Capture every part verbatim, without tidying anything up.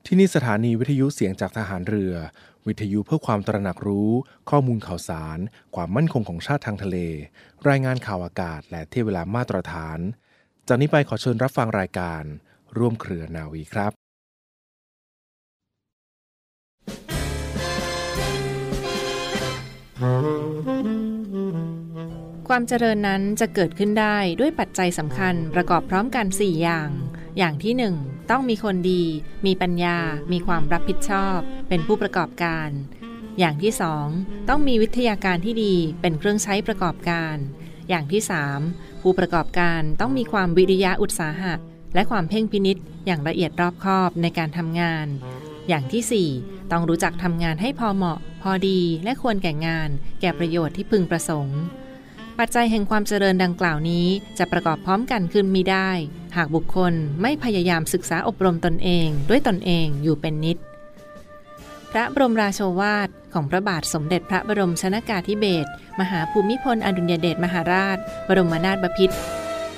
ที่นี่สถานีวิทยุเสียงจากทหารเรือวิทยุเพื่อความตระหนักรู้ข้อมูลข่าวสารความมั่นคงของชาติทางทะเลรายงานข่าวอากาศและเที่ยวเวลามาตรฐานจากนี้ไปขอเชิญรับฟังรายการร่วมเครือนาวีครับความเจริญนั้นจะเกิดขึ้นได้ด้วยปัจจัยสำคัญประกอบพร้อมกันสี่อย่างอย่างที่หนึ่งต้องมีคนดีมีปัญญามีความรับผิดชอบเป็นผู้ประกอบการอย่างที่สองต้องมีวิทยาการที่ดีเป็นเครื่องใช้ประกอบการอย่างที่สามผู้ประกอบการต้องมีความวิริยะอุตสาหะและความเพ่งพินิจอย่างละเอียดรอบคอบในการทำงานอย่างที่สี่ต้องรู้จักทำงานให้พอเหมาะพอดีและควรแก่งานแก่ประโยชน์ที่พึงประสงค์ปัจจัยแห่งความเจริญดังกล่าวนี้จะประกอบพร้อมกันขึ้นมิได้หากบุคคลไม่พยายามศึกษาอบรมตนเองด้วยตนเองอยู่เป็นนิจพระบรมราโชวาทของพระบาทสมเด็จพระบรมชนกาธิเบศรมหาภูมิพลอดุลยเดชมหาราชบรมนาถบพิตร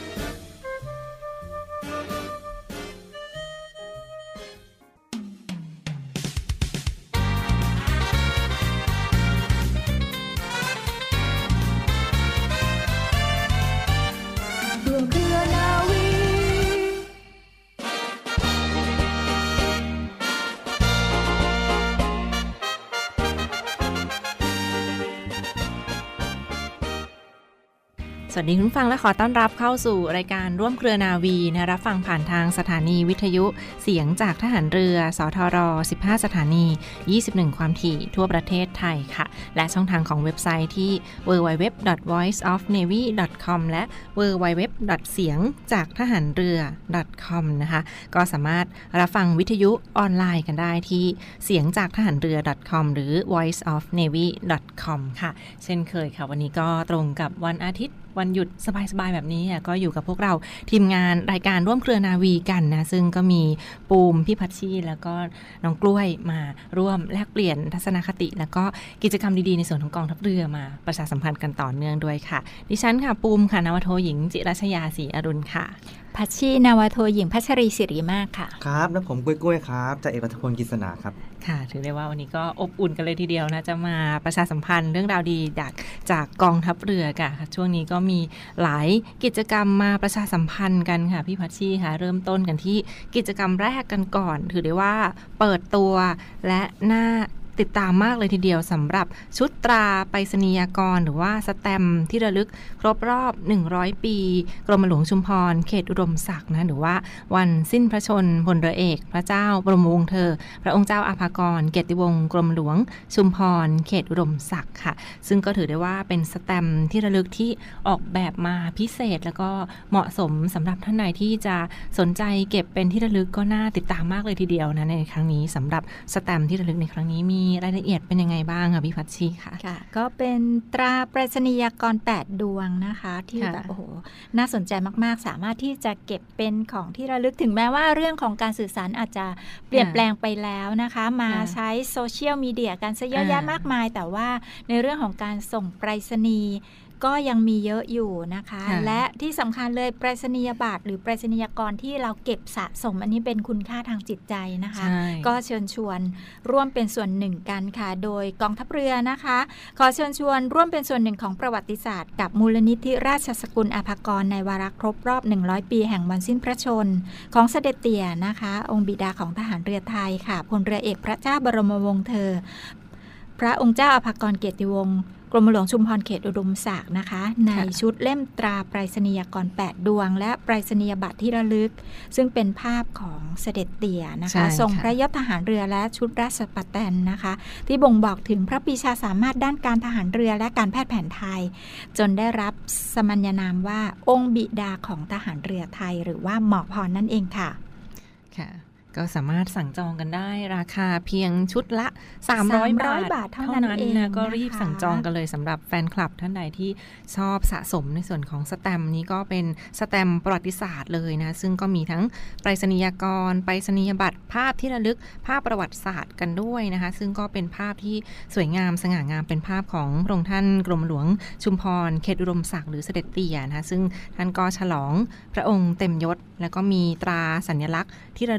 สวัสดีคุณฟังและขอต้อนรับเข้าสู่รายการร่วมเครือนาวีนะรับฟังผ่านทางสถานีวิทยุเสียงจากทหารเรือสทรสิบห้าสถานียี่สิบเอ็ดความถี่ทั่วประเทศไทยค่ะและช่องทางของเว็บไซต์ที่ ดับเบิลยู ดับเบิลยู ดับเบิลยู ดอท voice of navy ดอท คอม และ ดับเบิลยู ดับเบิลยู ดับเบิลยู ดอท เสียงจากทหารเรือ ดอท คอม นะคะก็สามารถรับฟังวิทยุออนไลน์กันได้ที่เสียงจากทหารเรือ ดอท คอม หรือ voice of navy ดอท คอม ค่ะเช่นเคยค่ะวันนี้ก็ตรงกับวันอาทิตย์วันหยุดสบายๆแบบนี้ก็อยู่กับพวกเราทีมงานรายการร่วมเครือนาวีกันนะซึ่งก็มีปูมพี่พัชชีแล้วก็น้องกล้วยมาร่วมแลกเปลี่ยนทัศนคติแล้วก็กิจกรรมดีๆในส่วนของกองทัพเรือมาประชาสัมพันธ์กันต่อเนื่องด้วยค่ะดิฉันค่ะปูมค่ะนาวโทหญิงจิรัชยาศรีอรุณค่ะพัชชีนาวโทหญิงพัชรีศิริมากค่ะครับแล้วผมกล้วยๆครับจากเอกรัฐพลกิษณาครับค่ะถือได้ว่าวันนี้ก็อบอุ่นกันเลยทีเดียวนะจะมาประชาสัมพันธ์เรื่องราวดีจากจากกองทัพเรือค่ะช่วงนี้ก็มีหลายกิจกรรมมาประชาสัมพันธ์กันค่ะพี่พัชชีค่ะเริ่มต้นกันที่กิจกรรมแรกกันก่อนถือได้ว่าเปิดตัวและน่าติดตามมากเลยทีเดียวสำหรับชุดตราไปรษณียากรหรือว่าสแตมป์ที่ระลึกครบรอบหนึ่งร้อยปีกรมหลวงชุมพรเขตอุดมศักดิ์นะหรือว่าวันสิ้นพระชนม์พลเรือเอกพระเจ้าบรมวงศ์เธอพระองค์เจ้าอาภากรเกียรติวงศ์กรมหลวงชุมพรเขตอุดมศักดิ์ค่ะซึ่งก็ถือได้ว่าเป็นสแตมป์ที่ระลึกที่ออกแบบมาพิเศษแล้วก็เหมาะสมสำหรับท่านใดที่จะสนใจเก็บเป็นที่ระลึกก็น่าติดตามมากเลยทีเดียวนะในครั้งนี้สำหรับสแตมป์ที่ระลึกในครั้งนี้มีรายละเอียดเป็นยังไงบ้างคะพี่พัชชีค่ะค่ะก็เป็นตราไปรษณียากรแปดดวงนะคะที่แบบโอ้โหน่าสนใจมากๆสามารถที่จะเก็บเป็นของที่ระลึกถึงแม้ว่าเรื่องของการสื่อสารอาจจะเปลี่ยนแปลงไปแล้วนะคะมาใช้โซเชียลมีเดียกันซะเยอะแยะมากมายแต่ว่าในเรื่องของการส่งไปรษณีย์ก็ยังมีเยอะอยู่นะคะและที่สำคัญเลยไปรษณียบัตรหรือไปรษณียากรที่เราเก็บสะสมอันนี้เป็นคุณค่าทางจิตใจนะคะก็เชิญชวนร่วมเป็นส่วนหนึ่งกันค่ะโดยกองทัพเรือนะคะขอเชิญชวนร่วมเป็นส่วนหนึ่งของประวัติศาสตร์กับมูลนิธิราชสกุลอาภากรในวาระครบรอบหนึ่งร้อยปีแห่งวันสิ้นพระชนม์ของเสด็จเตี่ยนะคะองค์บิดาของทหารเรือไทยค่ะพลเรือเอกพระเจ้าบรมวงศ์เธอพระองค์เจ้าอาภากรเกียรติวงศ์กรมหลวงชุมพรเขตอุดมศักดิ์นะคะในชุดเล่มตราไปรษณียากรแปดดวงและไปรษณียบัตรที่ระลึกซึ่งเป็นภาพของเสด็จเตี่ยนะคะทรงพระยศทหารเรือและชุดราชปแตนนะคะที่บ่งบอกถึงพระปรีชาสามารถด้านการทหารเรือและการแพทย์แผนไทยจนได้รับสมัญนามว่าองค์บิดาของทหารเรือไทยหรือว่าหมอพรนั่นเองค่ะค่ะก็สามารถสั่งจองกันได้ราคาเพียงชุดละสามร้อยบาทเท่านั้นเองนะก็รีบสั่งจองกันเลยสำหรับแฟนคลับท่านใดที่ชอบสะสมในส่วนของสแตมป์นี้ก็เป็นสแตมป์ประวัติศาสตร์เลยนะซึ่งก็มีทั้งไปรษณียากรไปรษณียบัตรภาพที่ระลึกภาพประวัติศาสตร์กันด้วยนะคะซึ่งก็เป็นภาพที่สวยงามสง่างามเป็นภาพของพระองค์ท่านกรมหลวงชุมพรเขตอุดมศักดิ์หรือเสด็จเตี่ยนะคะซึ่งท่านก็ฉลองพระองค์เต็มยศแล้วก็มีตราสัญลักษณ์ที่ระลึกคร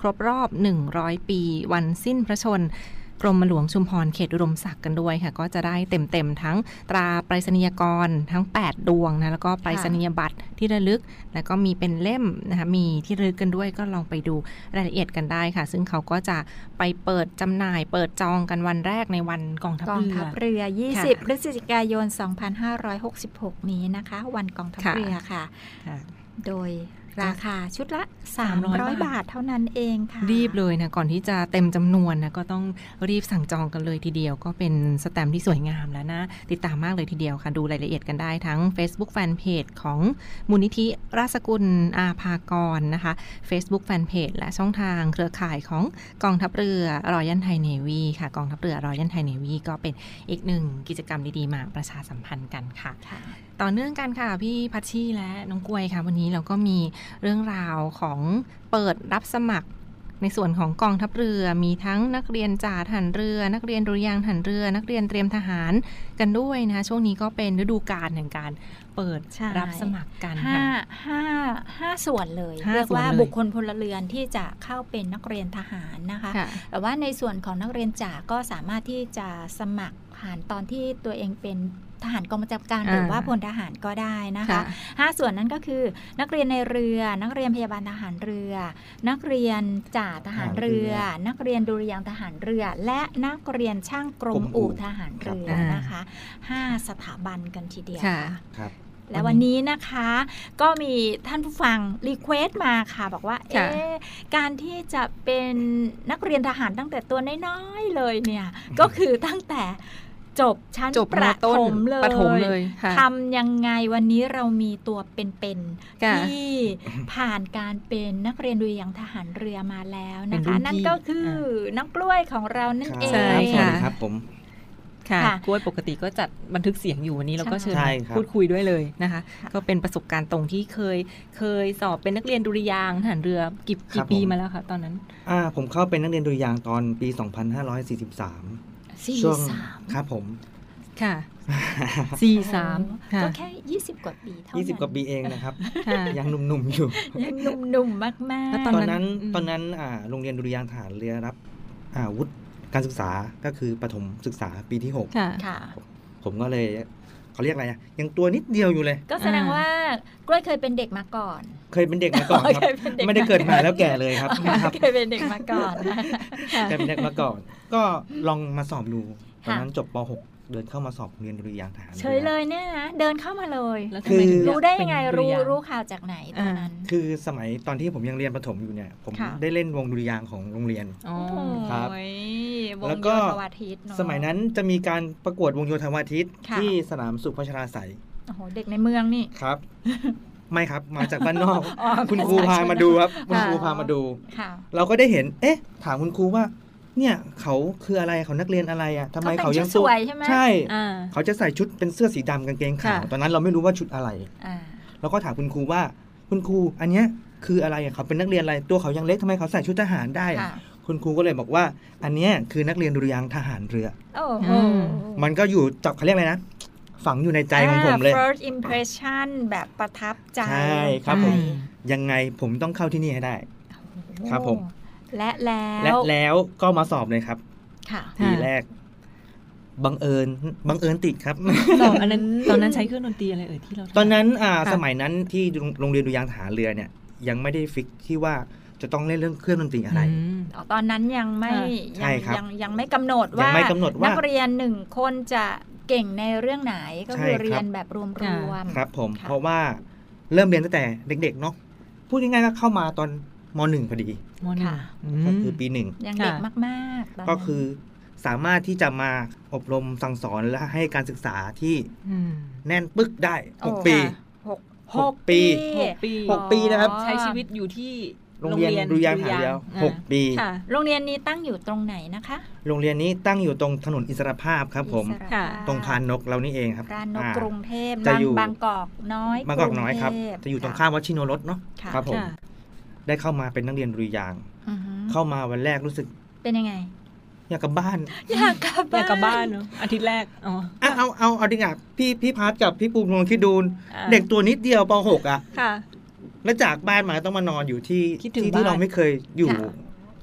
รบรอบหนึ่งร้อยปีวันสิ้นพระชนกรมหลวงชุมพรเขตอุดมศักดิ์กันด้วยค่ะก็จะได้เต็มๆทั้งตราไปรษณียกรทั้งแปดดวงนะแล้วก็ไปรษณียบัตรที่ระลึกแล้วก็มีเป็นเล่มนะคะมีที่ระลึกกันด้วยก็ลองไปดูรายละเอียดกันได้ค่ะซึ่งเขาก็จะไปเปิดจำหน่ายเปิดจองกันวันแรกในวันกองทัพกองเรือทัพเรือยี่สิบพฤศจิกายนสองพันห้าร้อยหกสิบหกนี้นะคะวันกองทัพเรือค่ะโดยราคาชุดละสามร้อยบาทเท่านั้นเองค่ะรีบเลยนะก่อนที่จะเต็มจำนวนนะก็ต้องรีบสั่งจองกันเลยทีเดียวก็เป็นสแตมป์ที่สวยงามแล้วนะติดตามมากเลยทีเดียวค่ะดูรายละเอียดกันได้ทั้ง Facebook Fanpage ของมูลนิธิราชกุลอาภากรนะคะ Facebook Fanpage และช่องทางเครือข่ายของกองทัพเรือรอยัลไทยเนวีค่ะกองทัพเรือรอยัลไทยเนวีก็เป็นอีกหนึ่งกิจกรรมดีๆมาประชาสัมพันธ์กันค่ะต่อเนื่องกันค่ะพี่พัชชีและน้องกวยค่ะวันนี้เราก็มีเรื่องราวของเปิดรับสมัครในส่วนของกองทัพเรือมีทั้งนักเรียนจ่าทหารเรือนักเรียนดุริยางค์ทหารเรือนักเรียนเตรียมทหารกันด้วยนะคะช่วงนี้ก็เป็นฤดูกาลแห่งการเปิดรับสมัครกันห้าห้าห้าส่วนเลยเรียกว่าบุคคลพลเรือนที่จะเข้าเป็นนักเรียนทหารนะคะแต่ว่าในส่วนของนักเรียนจ่าก็สามารถที่จะสมัครผ่านตอนที่ตัวเองเป็นทหารกองบัญชาการหรือว่าพลทหารก็ได้นะคะห้าส่วนนั้นก็คือนักเรียนในเรือนักเรียนพยาบาลทหารเรือนักเรียนจ่าทหารเรือนักเรียนดุริยางค์ทหารเรือและนักเรียนช่างกรมอู่ทหารเรือนะคะห้าสถาบันกันทีเดียวค่ะและวันนี้นะคะก็มีท่านผู้ฟังรีเควสต์มาค่ะบอกว่าเอ๊ะการที่จะเป็นนักเรียนทหารตั้งแต่ตัวน้อยๆเลยเนี่ยก็คือตั้งแต่จบชั้นประถมเลยทำยังไงวันนี้เรามีตัวเป็นๆที่ผ่านการเป็นนักเรียนดุริยางค์ทหารเรือมาแล้วนะคะนั่นก็คือน้องกล้วยของเรานั่นเองใช่ค่ะครับผมค่ะกล้วยปกติก็จัดบันทึกเสียงอยู่วันนี้เราก็เชิญพูดคุยด้วยเลยนะคะก็เป็นประสบการณ์ตรงที่เคยเคยสอบเป็นนักเรียนดุริยางค์ทหารเรือกี่กี่ปีมาแล้วคะตอนนั้นอ่าผมเข้าเป็นนักเรียนดุริยางค์ตอนปีสองพันห้าร้อยสี่สิบสามช่วงครับผมค่ะสี่สิบสามก็แค่ยี่สิบกว่าปีเท่านั้นยี่สิบกว่าปีเองนะครับยังหนุ่มๆอยู่ยังหนุ่มๆมากๆตอนนั้นตอนนั้นอ่าโรงเรียนดุริยางค์ทหารเรือรับอ่าวุฒิการศึกษาก็คือประถมศึกษาปีที่หกค่ะผมก็เลยเขาเรียกอะไรอ่ะยังตัวนิดเดียวอยู่เลยก็แสดงว่ากล้วยเคยเป็นเด็กมาก่อนเคยเป็นเด็กมาก่อนครับไม่ได้เกิดมาแล้วแก่เลยครับเคยเป็นเด็กมาก่อนเคยเป็นเด็กมาก่อนก็ลองมาสอบดูตอนนั้นจบป.หกเดินเข้ามาสอบเรียนดุริยางค์ทหารเฉยเลยเนี่ยนะเดินเข้ามาเลยคือรู้ได้ยังไงรู้รู้ข่าวจากไหนตอนนั้นคือสมัยตอนที่ผมยังเรียนประถมอยู่เนี่ยผมได้เล่นวงดุริยางค์ของโรงเรียนครับแล้วก็สมัยนั้นจะมีการประกวดวงโยธวาทิตที่สนามสุพัชราไสยโอ้โหเด็กในเมืองนี่ครับไม่ครับมาจากบ้านนอกคุณครูพามาดูครับคุณครูพามาดูเราก็ได้เห็นเอ๊ะถามคุณครูว่าเนี่ยเขาคืออะไรเขานักเรียนอะไรอ่ะทำไมเขายังสวยใช่ไหมใช่เขาจะใส่ชุดเป็นเสื้อสีดำกางเกงขาวตอนนั้นเราไม่รู้ว่าชุดอะไรเราก็ถามคุณครูว่าคุณครูอันเนี้ยคืออะไรเขาเป็นนักเรียนอะไรตัวเขายังเล็กทำไมเขาใส่ชุดทหารได้คุณครูก็เลยบอกว่าอันเนี้ยคือนักเรียนดุริยางค์ทหารเรือมันก็อยู่จับเขาเรียกอะไรนะฝังอยู่ในใจของผมเลย first impression แบบประทับใจใช่ครับผมยังไงผมต้องเข้าที่นี่ให้ได้ครับผมและแล้วและแล้วก็มาสอบเลยครับปีแรกบังเอิญบังเอิญติดครับสอบอันนั้นตอนนั้นใช้เครื่องดนตรีอะไรเอ่ยที่เราตอนนั้นอ่าสมัยนั้นที่โรงเรียนดุริยางค์ทหารเรือเนี่ยยังไม่ได้ฟิกที่ว่าจะต้องเล่นเรื่องเครื่องดนตรีอะไรตอนนั้นยังไม่ยังยังไม่กำหนดว่านักเรียนหนึ่งคนจะเก่งในเรื่องไหนก็คือเรียนแบบรวมๆครับผมเพราะว่าเริ่มเรียนตั้งแต่เด็กๆเนาะพูดง่ายๆก็เข้ามาตอนม.หนึ่ง พอดีม.หนึ่งก็คือปีหนึ่งยังเด็กมากๆก็คือสามารถที่จะมาอบรมสั่งสอนและให้การศึกษาที่แน่นปึ๊กได้หกปีหกปีหกปีนะครับใช้ชีวิตอยู่ที่โรงเรียนดุริยางค์ทหารเรือหกปีโรงเรียนนี้ตั้งอยู่ตรงไหนนะคะโรงเรียนนี้ตั้งอยู่ตรงถนนอิสรภาพครับผมตรงพานนกเรานี่เองครับพานนกกรุงเทพบางกอกน้อยบางกอกน้อยครับจะอยู่ตรงข้ามวัดชิโนรสเนาะครับผมได้เข้ามาเป็นนักเรียนดุริยางค์เข้ามาวันแรกรู้สึกเป็นยังไงอยากกลับบ้านอยากกลับอยากกลับบ้านเนาะอาทิตย์แรกอ๋อเอาเอาเอาเอาดิอ่ะพี่พี่พาร์ทกับพี่ปูลองคิดดูเด็กตัวนิดเดียวป.หกอ่ะค่ะแล้วจากบ้านมาต้องมานอนอยู่ที่ที่ที่เราไม่เคยอยู่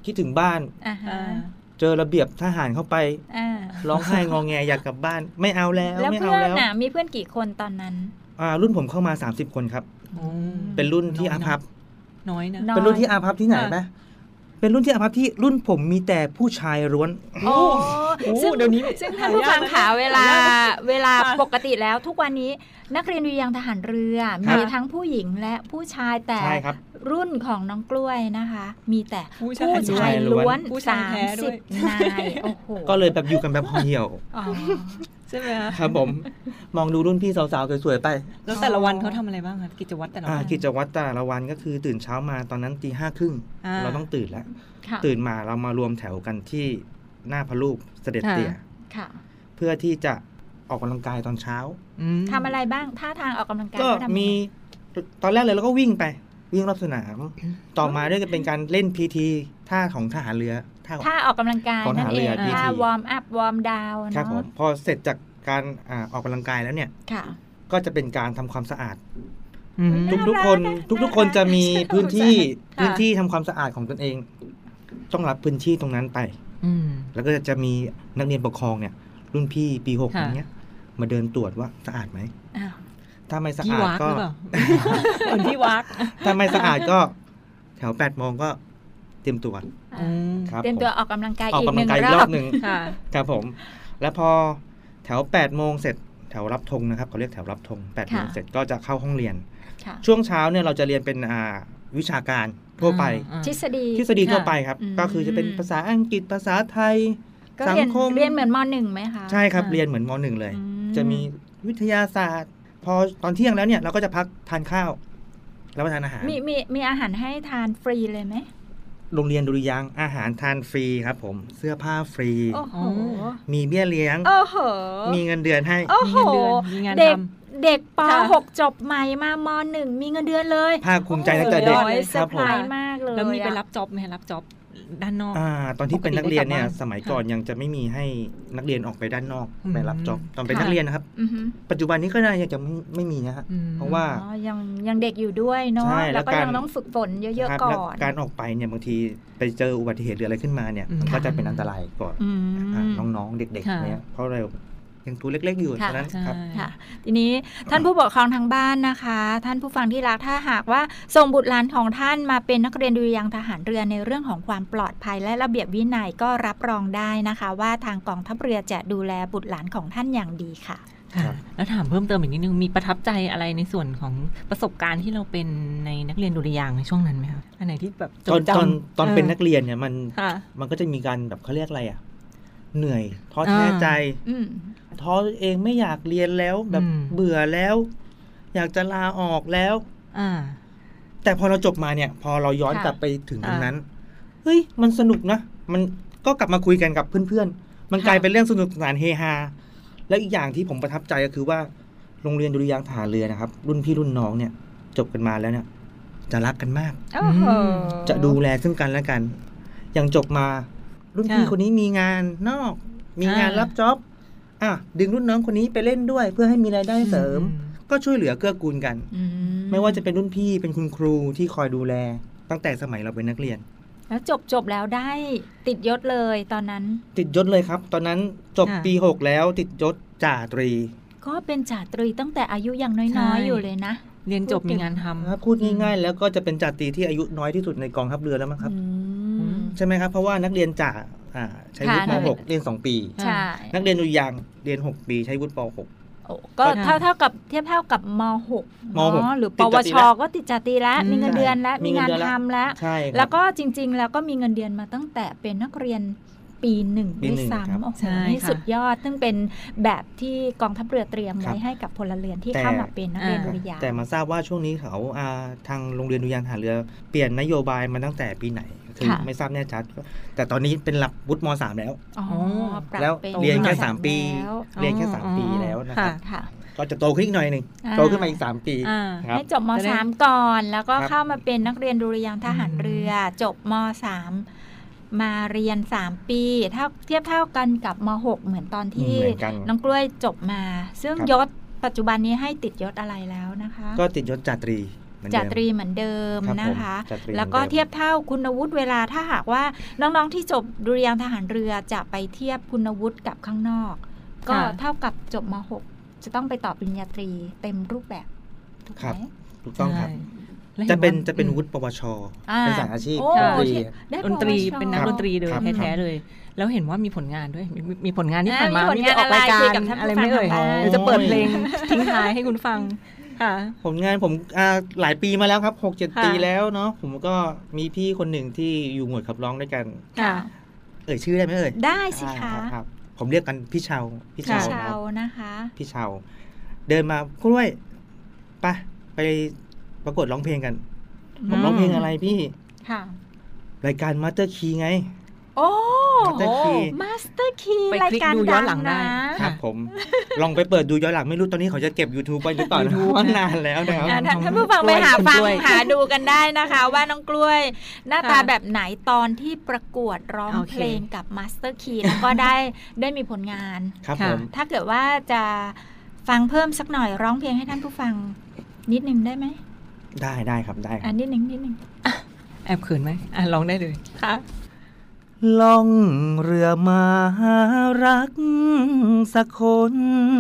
คิดถึงบ้านอ่าฮะเจอระเบียบทหารเข้าไปอ่าร้องไห้งอแงอยากกลับบ้านไม่เอาแล้วแล้วไม่เพื่เอาอนแล้วน่ะมีเพื่อนกี่คนตอนนั้นอ่ารุ่นผมเข้ามาสามสิบคนครับอืมเป็นรุ่นที่น้อาอยนะภัพน้อยนะน้อยเป็นรุ่นที่อาภัพที่ไหนค่ะไหมเป็นรุ่นที่อาภัพที่รุ่นผมมีแต่ผู้ชายล้วนโอ้โอ้ซึ่งเดี๋ยวนี้ซึ่งท่านผู้ฟังขาเวลาหายากนะเวลาค่ะปกติแล้วทุกวันนี้นักเรียนดุริยางค์ทหารเรือครับมีทั้งผู้หญิงและผู้ชายแต่ใช่ครับรุ่นของน้องกล้วยนะคะ มีแต่ผู้ชายผู้ชายล้วนผู้ชายสามแท้ด้สิวบยนายโอ้โหก็เลยแบบอยู่กันแบบเหี่ยวอ๋อใช่ไหมคะครับผม มองดูรุ่นพี่สาวๆสวยๆไปแล้วแต่ละวันเขาทำอะไรบ้างคะกิจวัตรแต่ละอ่าวันกิจวัตรแต่ละวันก็คือตื่นเช้ามาตอนนั้นตีห้าครึ่งอ่าเราต้องตื่นแล้วค่ะตื่นมาเรามารวมแถวกันที่หน้าพระรูปเสด็จค่ะเตี่ยค่ะเพื่อที่จะออกกำลังกายตอนเช้าอืมทำอะไรบ้างท่าทางออกกำลังกายก็เขาทำยังไงมีตอนแรกเลยเราก็วิ่งไป วิ่งรอบสนาม ต่อมาด้วยจะเป็นการเล่นพีทีท่าของทหารเรือท่าท่าออกกำลังกายของทนั่หาน รเอเรือง พีทีท่าวอร์มอัพวอร์มดาวครับเนาะผมพอเสร็จจากการอ่าออกกำลังกายแล้วเนี่ยค่ะก็จะเป็นการทำความสะอาดอืมน่ารักทุกๆคนนะทุกๆคนจะมีพื้นที่ค่ะพื้นที่ทำความสะอาดของตนเอง ต้องรับพื้นที่ตรงนั้นไปอืมแล้วก็จะมีนักเรียนปกครองเนี่ย รุ่นพี่ปีหกค่ะอย่างเงี้ยมาเดินตรวจว่าสะอาดไหมอ้าวถ้าไม่สะพี่อาดวักก็หรือเปล่า เหมือนพี่วักถ้าไม่สะอาดก็แถวแปดโมงก็เตรียมตัวอืมครับเตรียมตัวออกกำลังกายออกอีกกำหลันึ่งงกายรอีกรออบบหนึ่งค่ะครับผม แล้วพอแถวแปดโมงเสร็จแถวรับธงนะครับเขาเรียกแถวรับธงแปดโมงค่ะเสร็จก็จะเข้าห้องเรียนค่ะช่วงเช้าเนี่ยเราจะเรียนเป็นอ่าวิชาการทั่วไปอ่าทฤษฎีทฤษฎีทั่วไปครับอืมก็คือจะเป็นภาษาอังกฤษภาษาไทยก็สังเรียนคมเรียนเหมือนมหนึ่งไหมคะใช่ครับอ่าเรียนเหมือนมหนึ่งเลยอืมจะมีวิทยาศาสตร์ พอตอนเที่ยงแล้วเนี่ยเราก็จะพักทานข้าวแล้วไปทานอาหารมีมีมีอาหารให้ทานฟรีเลยไหมโรงเรียนดุริยางค์อาหารทานฟรีครับผมเสื้อผ้าฟรีโอ้โหมีเบี้ยเลี้ยงโอ้โหมีเงินเดือนให้โอ้โหมีเงินเดือนมีงานเด็กทเด็กปค่ะหกจบใหม่มามหนึ่งมีเงินเดือนเลยภาคภูมิใจตั้งแต่เด็กโอ้ยเซคอรับร์ผไพรมส์มากเลยแล้วมีไปอะรับจ็อบไหมรับจ็อบด้านนอกอ่าตอนที่เป็นนักเรียนเนี่ยปกติได้กลับบ้านสมัยก่อนยังจะไม่มีให้นักเรียนออกไปด้านนอกอืมไปรับจ็อบตอนเป็นค่ะนักเรียนนะครับอือฮึปัจจุบันนี้ก็น่าจะไม่ไม่มีนะฮะอืมเพราะว่าอ๋อยังยังเด็กอยู่ด้วยเนาะใช่แล้แล้ววก็การยังต้องฝึกฝนเยอะครับๆก่แล้วอนการออกไปเนี่ยบางทีไปเจออุบัติเหตุหรืออะไรขึ้นมาเนี่ยอืมมันก็จะเป็นอันตรายก่อนอืมอ่าน้องๆ เด็กค่ะๆเนี่ยเพราะเรายังตัวเล็กๆอยู่ค่ะตอนนั้นใช่ครับค่ะทีนี้ท่านผู้ปกครองทางบ้านนะคะ ท่านผู้ฟังที่รักถ้าหากว่าส่งบุตรหลานของท่านมาเป็นนักเรียนดุริยางค์ทหารเรือในเรื่องของความปลอดภัยและระเบียบวินัยก็รับรองได้นะคะ ว่าทางกองทัพเรือจะดูแลบุตรหลานของท่านอย่างดีค่ะค่ะครับแล้วถามเพิ่มเติมอีกนิดนึงมีประทับใจอะไรในส่วนของประสบการณ์ที่เราเป็นในนักเรียนดุริยางค์ในช่วงนั้นไหมคะอันไหนที่แบบจตอนดจำตอนตอนเป็นออนักเรียนเนี่ยมันค่ะมันก็จะมีการแบบเขาเรียกอะไรอ่ะ เหนื่อยท้อแท้อ่าใจอืมท้อตัวเองไม่อยากเรียนแล้วแบบอืมเบื่อแล้ว อยากจะลาออกแล้วอ่าแต่พอเราจบมาเนี่ย พอเราย้อนค่ะกลับไปถึงตรงอ่านั้นเฮ้ยมันสนุกนะมันก็กลับมาคุยกันกับเพื่อนๆ มันกลายเป็นเรื่องสนุกสนานเฮฮาแล้วอีกอย่างที่ผมประทับใจก็คือว่าโรงเรียนดุริยางค์ทหารเรือนะครับ รุ่นพี่รุ่นน้องเนี่ย จบกันมาแล้วเนี่ย จะรักกันมากโอ้โหจะดูแลซึ่งกันและกัน อย่างจบมา รุ่นพี่ค่ะคนนี้มีงานนอก มีงานอ่ารัรับจ็อบอ่ะดึงรุ่นน้องคนนี้ไปเล่นด้วย เพื่อให้มีรายได้เสริมอืก็ช่วยเหลือเกื้อกูลกันอืไม่ว่าจะเป็นรุ่นพี่เป็นคุณครูที่คอยดูแล ตั้งแต่สมัยเราเป็นนักเรียนแล้วจบจบแล้วได้ติดยศเลยตอนนั้นติดยศเลยครับ ตอนนั้นจบค่ะปีหกแล้วติดยศจ่าตรีก็เป็นจ่าตรีตั้งแต่อายุยังใช่น้อยๆอยู่เลยนะเรียนจบมีงานทำถ้าพูดง่ายๆ แล้วก็จะเป็นจ่าตรีที่อายุน้อยที่สุดในกองทัพเรือแล้วมั้งครับอืมใช่ไหมครับ เพราะว่านักเรียนจ่าอ่าใช้วุฒิค่ะมหกเรียนสองปีใช่นักเรียนดุริยางค์เรียนหกปีใช้วุฒิปหกโอ้ก็ค่ะเท่าเท่ากับเทียบเท่ากับม หกมหกเนาะหรือติปดวจ่าตรีชแล้วก็ติดจ่าตรีแล้วอืมมีเงินเดือนแล้วมีมีเงินงานเดือนแล้วทำแล้วใช่ครับแล้วก็จริง ๆ แล้วก็มีเงินเดือนมาตั้งแต่เป็นนักเรียนปีหนึ่งปีด้วยหนึ่งครับซ้ำโอ้โหใช่นี่ค่ะสุดยอดซึ่งเป็นแบบที่กองทัพเรือเตรียมครับไว้ให้กับพลเรือนที่แต่เข้ามาเป็นนักเรียนอ่าดุริยางค์แต่มาทราบว่าช่วงนี้เขาอ่าทางโรงเรียนดุริยางค์ทหารเรือเปลี่ยนนโยบายมาตั้งแต่ปีไหนคือไม่ทราบแน่ชัด แต่ตอนนี้เป็นหลักวุฒิมสามแล้วอ๋อปรับแล้วป็เรียนแค่มสามปีแล้วเรียนแค่สามปีแล้วนะครับค่ะก็จะโตขึ้นอีกหน่อยหนึ่งอ่าโตขึ้นมาอีกสามปีอ่าครับให้จบมจะได้สามก่อน แล้วก็ครับเข้ามาเป็นนักเรียนดุริยางค์ทหารเรือ จบมสามมาเรียนสามปีเท่าเทียบเท่ากันกับมหกเหมือนตอนที่เหมือนกันน้องกล้วยจบมา ซึ่งครับยศปัจจุบันนี้ให้ติดยศอะไรแล้วนะคะก็ติดยศจ่าตรีจตรีเหมือนเดิมนะคะแล้วก็เทียบเท่าคุณวุฒิเวลาถ้าหากว่าน้องๆที่จบดุริยางค์ทหารเรือจะไปเทียบคุณวุฒิกับข้างนอกก็เท่ากับจบม หกจะต้องไปต่อปริญญาตรีเต็มรูปแบบถูกไหมถูกต้องครับจะเป็นจะเป็นวุฒิปวชเป็นสายอาชีพดนตรีเป็นนักดนตรีโดยแท้ๆเลยแล้วเห็นว่ามีผลงานด้วยมีผลงานที่ผ่านมามีออกรายการอะไรไม่เอ่ยเดี๋ยวจะเปิดเพลงทิ้งท้ายให้คุณฟังผลงานผมหลายปีมาแล้วครับ หกเจ็ด ปีแล้วเนาะผมก็มีพี่คนหนึ่งที่อยู่หมวดขับร้องด้วยกันเอ่ยชื่อได้ไหมเอ่ยได้สิคะผมเรียกกันพี่เชาพี่เชานะคะพี่เชาเดินมาคุยไปไปประกวดร้องเพลงกันผมร้องเพลงอะไรพี่รายการมาสเตอร์คีไงโอ้มาสเตอร์คีมาสเตอร์คีรายการดังนะครับผมลองไปเปิดดูย้อนหลังไม่รู้ตอนนี้เขาจะเก็บ YouTube ไว้หรือเปล่านะว่านานแล้วนะครับท่านผู้ฟังไปหาฟังหาดูกันได้นะคะว่าน้องกล้วยหน้าตาแบบไหนตอนที่ประกวดร้องเพลงกับมาสเตอร์คีแล้วก็ได้ได้มีผลงานครับผมถ้าเกิดว่าจะฟังเพิ่มสักหน่อยร้องเพลงให้ท่านผู้ฟังนิดนึงได้ไหมได้ได้ครับได้อันนิดนึงนิดนึงแอบเขินไหมอ่ะร้องได้เลยค่ะล่องเรือมาหารักสักคน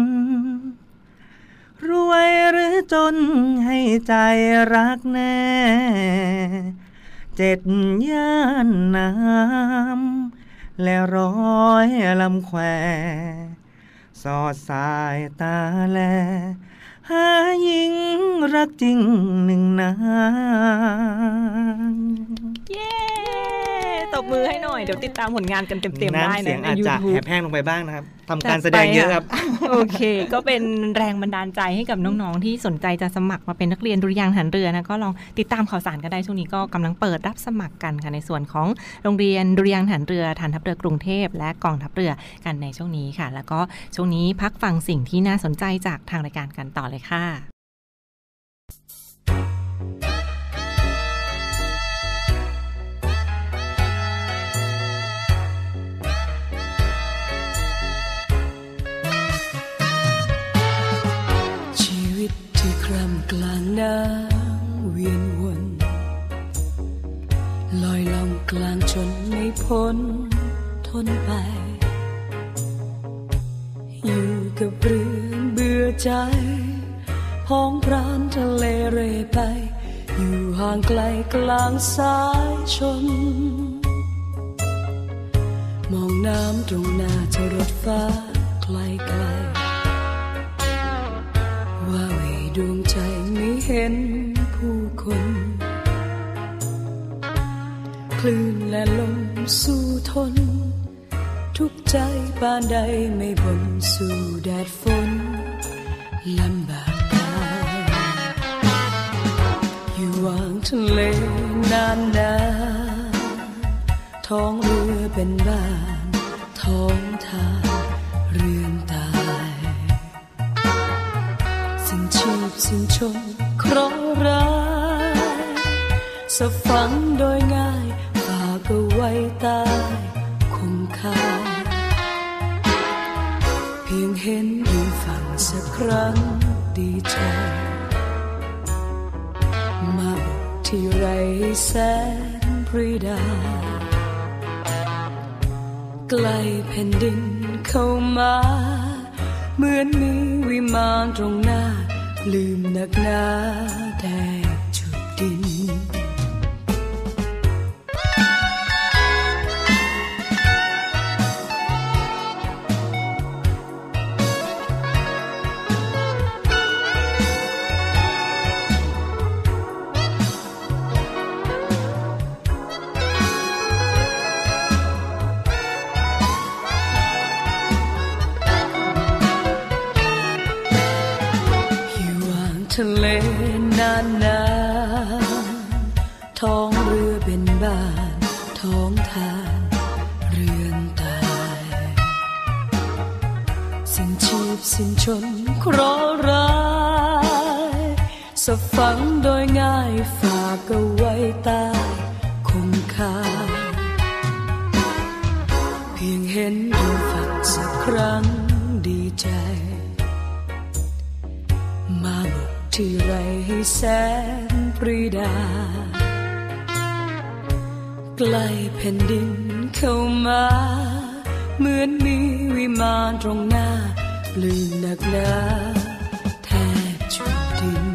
รวยหรือจนให้ใจรักแน่เจ็ดย่านน้ำและร้อยลำแควสอดสายตาแลหาหญิงรักจริงหนึ่งนางเย้ตบมือให้หน่อยเดี๋ยวติดตามผลงานกันเต็มๆได้นะเสียงอาจจะแหบแห้งลงไปบ้างนะครับทำการแสดงเยอะครับโอเคก็เป็นแรงบันดาลใจให้กับน้องๆที่สนใจจะสมัครมาเป็นนักเรียนดุริยางค์ทหารเรือนะก็ลองติดตามข่าวสารกันได้ช่วงนี้ก็กำลังเปิดรับสมัครกันค่ะในส่วนของโรงเรียนดุริยางค์ทหารเรือฐานทัพเรือกรุงเทพและกองทัพเรือกันในช่วงนี้ค่ะแล้วก็ช่วงนี้พักฟังสิ่งที่น่าสนใจจากทางรายการกันต่อเลยค่ะกลางน้ำเวียนวนลอยล่องกลางจนไม่พ้นทนไปอยู่กับเรื่องเบื่อใจพ้องพรานทะเลเร่ไปอยู่ห่างไกลกลางสายชนมองน้ำตรงหน้าจะรถฟ้าไกลไกลว่าเวดวงใจไม่เห็นผู้คนคลื่นและลมสู้ทนทุกใจปานใดไม่บนสู่แดดฝนลำบากกายอยู่วางทะเลนานนานท้องเรือเป็นบ้านท้องทางเรือนตายสิ้นชีพสิ้นชนเคราะห์ร้ายสะฝังโดยง่ายฝากเอาไว้ตายคงคาเพียงเห็นยืนฝั่งสักครั้งดีใจมาบุกที่ไรแสนปรีดาใกล้แผ่นดินเข้ามาเหมือนมีวิมานตรงหน้าลืมนักหนาแดดจุดดินทะเลนานนานท้องเรือเป็นบ้านท้องทางเรือนตายสิ้นชีพสิ้นชนเคราะห์ร้ายสะฝังโดยง่ายฝากเอาไว้ตายคงคาเพียงเห็นดูฝันสักครั้งดีใจมาบุกที่ไรให้แสนปรีดาใกล้แผ่นดินเข้ามาเหมือนมีวิมานตรงหน้าปลื่นหนักหนาแทบจุดดิน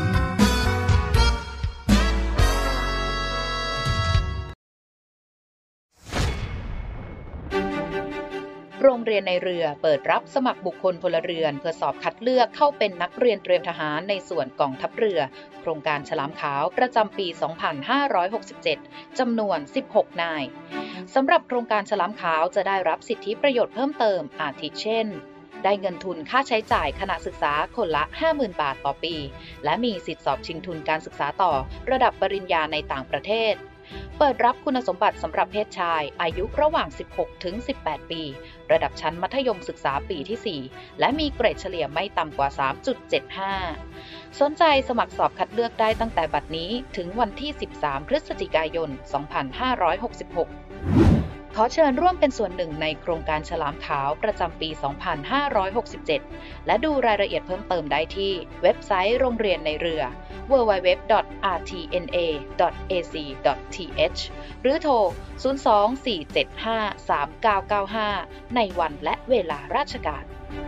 โรงเรียนในเรือเปิดรับสมัครบุคคลพลเรือนเพื่อสอบคัดเลือกเข้าเป็นนักเรียนเตรียมทหารในส่วนกองทัพเรือโครงการฉลามขาวประจำปี สองพันห้าร้อยหกสิบเจ็ด จำนวน สิบหก นายสำหรับโครงการฉลามขาวจะได้รับสิทธิประโยชน์เพิ่มเติมอาทิเช่นได้เงินทุนค่าใช้จ่ายขณะศึกษาคนละ ห้าหมื่น บาทต่อปีและมีสิทธิสอบชิงทุนการศึกษาต่อระดับปริญญาในต่างประเทศเปิดรับคุณสมบัติสำหรับเพศชายอายุระหว่าง สิบหกถึงสิบแปด ปีระดับชั้นมัธยมศึกษาปีที่ สี่และมีเกรดเฉลี่ยไม่ต่ำกว่า สามจุดเจ็ดห้า สนใจสมัครสอบคัดเลือกได้ตั้งแต่บัดนี้ถึงวันที่ สิบสาม พฤศจิกายน สองพันห้าร้อยหกสิบหกขอเชิญร่วมเป็นส่วนหนึ่งในโครงการฉลามขาวประจำปี สองพันห้าร้อยหกสิบเจ็ด และดูรายละเอียดเพิ่มเติมได้ที่เว็บไซต์โรงเรียนในเรือ ดับเบิลยู ดับเบิลยู ดับเบิลยู ดอท อาร์ ที เอ็น เอ ดอท เอ ซี ดอท ที เอช หรือโทร ศูนย์ สอง สี่ เจ็ด ห้า สาม เก้า เก้า ห้า ในวันและเวลาราชการ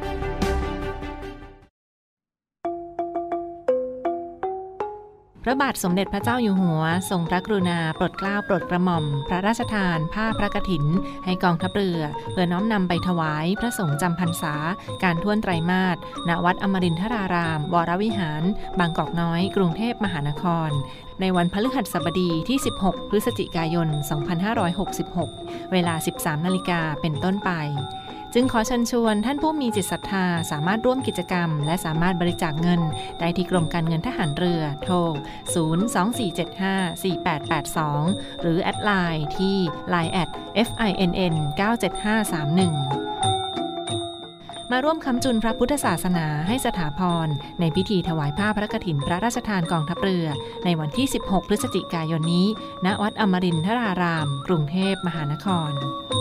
พระบาทสมเด็จพระเจ้าอยู่หัวทรงพระกรุณาโปรดเกล้าโปรดกระหม่อมพระราชทานผ้าพระกฐินให้กองทัพเรือเพื่อน้อมนำไปถวายพระสงฆ์จำพรรษาการท่วนไตรมาสณวัดอมรินทรารามวรวิหารบางกอกน้อยกรุงเทพมหานครในวันพฤหัสบดีที่สิบหกพฤศจิกายนสองพันห้าร้อยหกสิบหกเวลา สิบสาม นาฬิกาเป็นต้นไปจึงขอเชิญชวนท่านผู้มีจิตศรัทธาสามารถร่วมกิจกรรมและสามารถบริจาคเงินได้ที่กรมการเงินทหารเรือโทร ศูนย์ สอง สี่ เจ็ด ห้า สี่ แปด แปด สอง หรือแอดไลน์ที่ ไลน์ แอท เอฟ ไอ เอ็น เอ็น เก้า เจ็ด ห้า สาม หนึ่ง มาร่วมค้ำจุนพระพุทธศาสนาให้สถาพรในพิธีถวายผ้าพระกฐินพระราชทานกองทัพเรือในวันที่ สิบหก พฤศจิกายนนี้ณวัดอมรินทรารามกรุงเทพมหานคร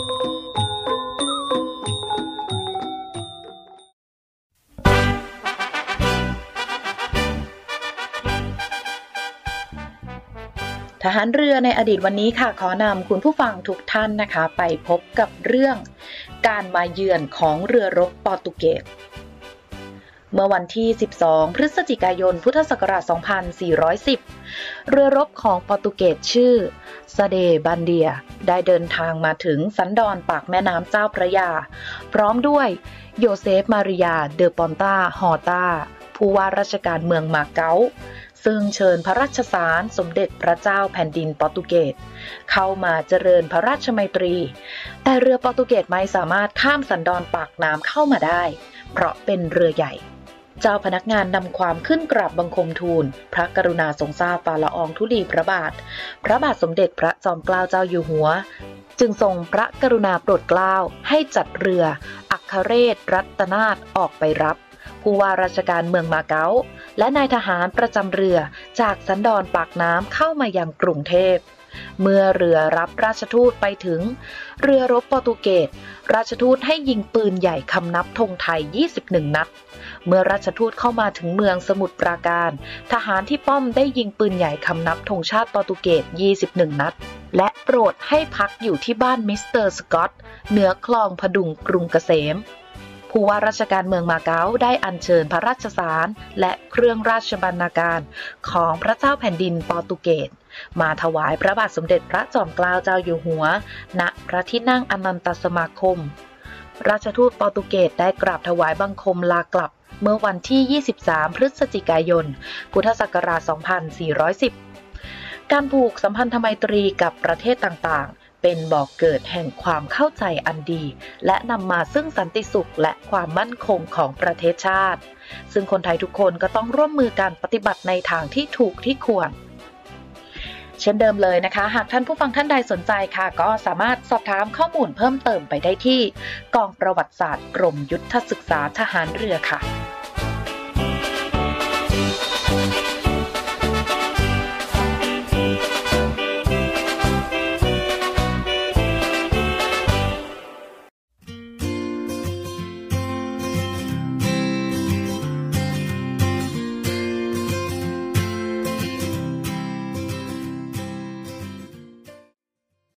ทหารเรือในอดีตวันนี้ค่ะขอนำคุณผู้ฟังทุกท่านนะคะไปพบกับเรื่องการมาเยือนของเรือรบโปรตุเกสเมื่อวันที่สิบสองพฤศจิกายนพุทธศักราชสองพันสี่ร้อยสิบเรือรบของโปรตุเกสชื่อซาเดบันเดียได้เดินทางมาถึงสันดอนปากแม่น้ำเจ้าพระยาพร้อมด้วยโยเซฟมาริยาเดอปอนตาฮอตาผู้ว่าราชการเมืองมาเก๊าซึ่งเชิญพระราชสารสมเด็จพระเจ้าแผ่นดินโปรตุเกสเข้ามาเจริญพระราชมัยตรีแต่เรือโปรตุเกสไม่สามารถข้ามสันดอนปากน้ำเข้ามาได้เพราะเป็นเรือใหญ่เจ้าพนักงานนำความขึ้นกราบบังคมทูลพระกรุณาทรงทราบฝ่าละอองธุลีพระบาทพระบาทสมเด็จพระจอมเกล้าเจ้าอยู่หัวจึงทรงพระกรุณาโปรดเกล้าให้จัดเรืออัครเรศรัตนาถออกไปรับผู้ว่าราชการเมืองมาเก๊าและนายทหารประจำเรือจากสันดอนปากน้ำเข้ามายังกรุงเทพเมื่อเรือรับราชทูตไปถึงเรือรบโปรตุเกสราชทูตให้ยิงปืนใหญ่คำนับธงไทยยี่สิบเอ็ดนัดเมื่อราชทูตเข้ามาถึงเมืองสมุทรปราการทหารที่ป้อมได้ยิงปืนใหญ่คำนับธงชาติโปรตุเกสยี่สิบเอ็ดนัดและโปรดให้พักอยู่ที่บ้านมิสเตอร์สกอตเหนือคลองพดุงกรุงเกษมผู้ว่าราชการเมืองมาเก๊าได้อัญเชิญพระราชสารและเครื่องราชบรรณาการของพระเจ้าแผ่นดินโปรตุเกสมาถวายพระบาทสมเด็จพระจอมเกล้าเจ้าอยู่หัวณพระที่นั่งอนันตสมาคมราชทูตโปรตุเกสได้กราบถวายบังคมลากลับเมื่อวันที่ยี่สิบสามพฤศจิกายนพุทธศักราชสองพันสี่ร้อยสิบการผูกสัมพันธไมตรีกับประเทศต่างๆเป็นบ่อกเกิดแห่งความเข้าใจอันดีและนำมาซึ่งสันติสุขและความมั่นคงของประเทศชาติซึ่งคนไทยทุกคนก็ต้องร่วมมือกันปฏิบัติในทางที่ถูกที่ควรเช่นเดิมเลยนะคะหากท่านผู้ฟังท่านใดสนใจค่ะก็สามารถสอบถามข้อมูลเพิ่มเติมไปได้ที่กองประวัติศาสตร์กรมยุทธศึกษาทหารเรือค่ะ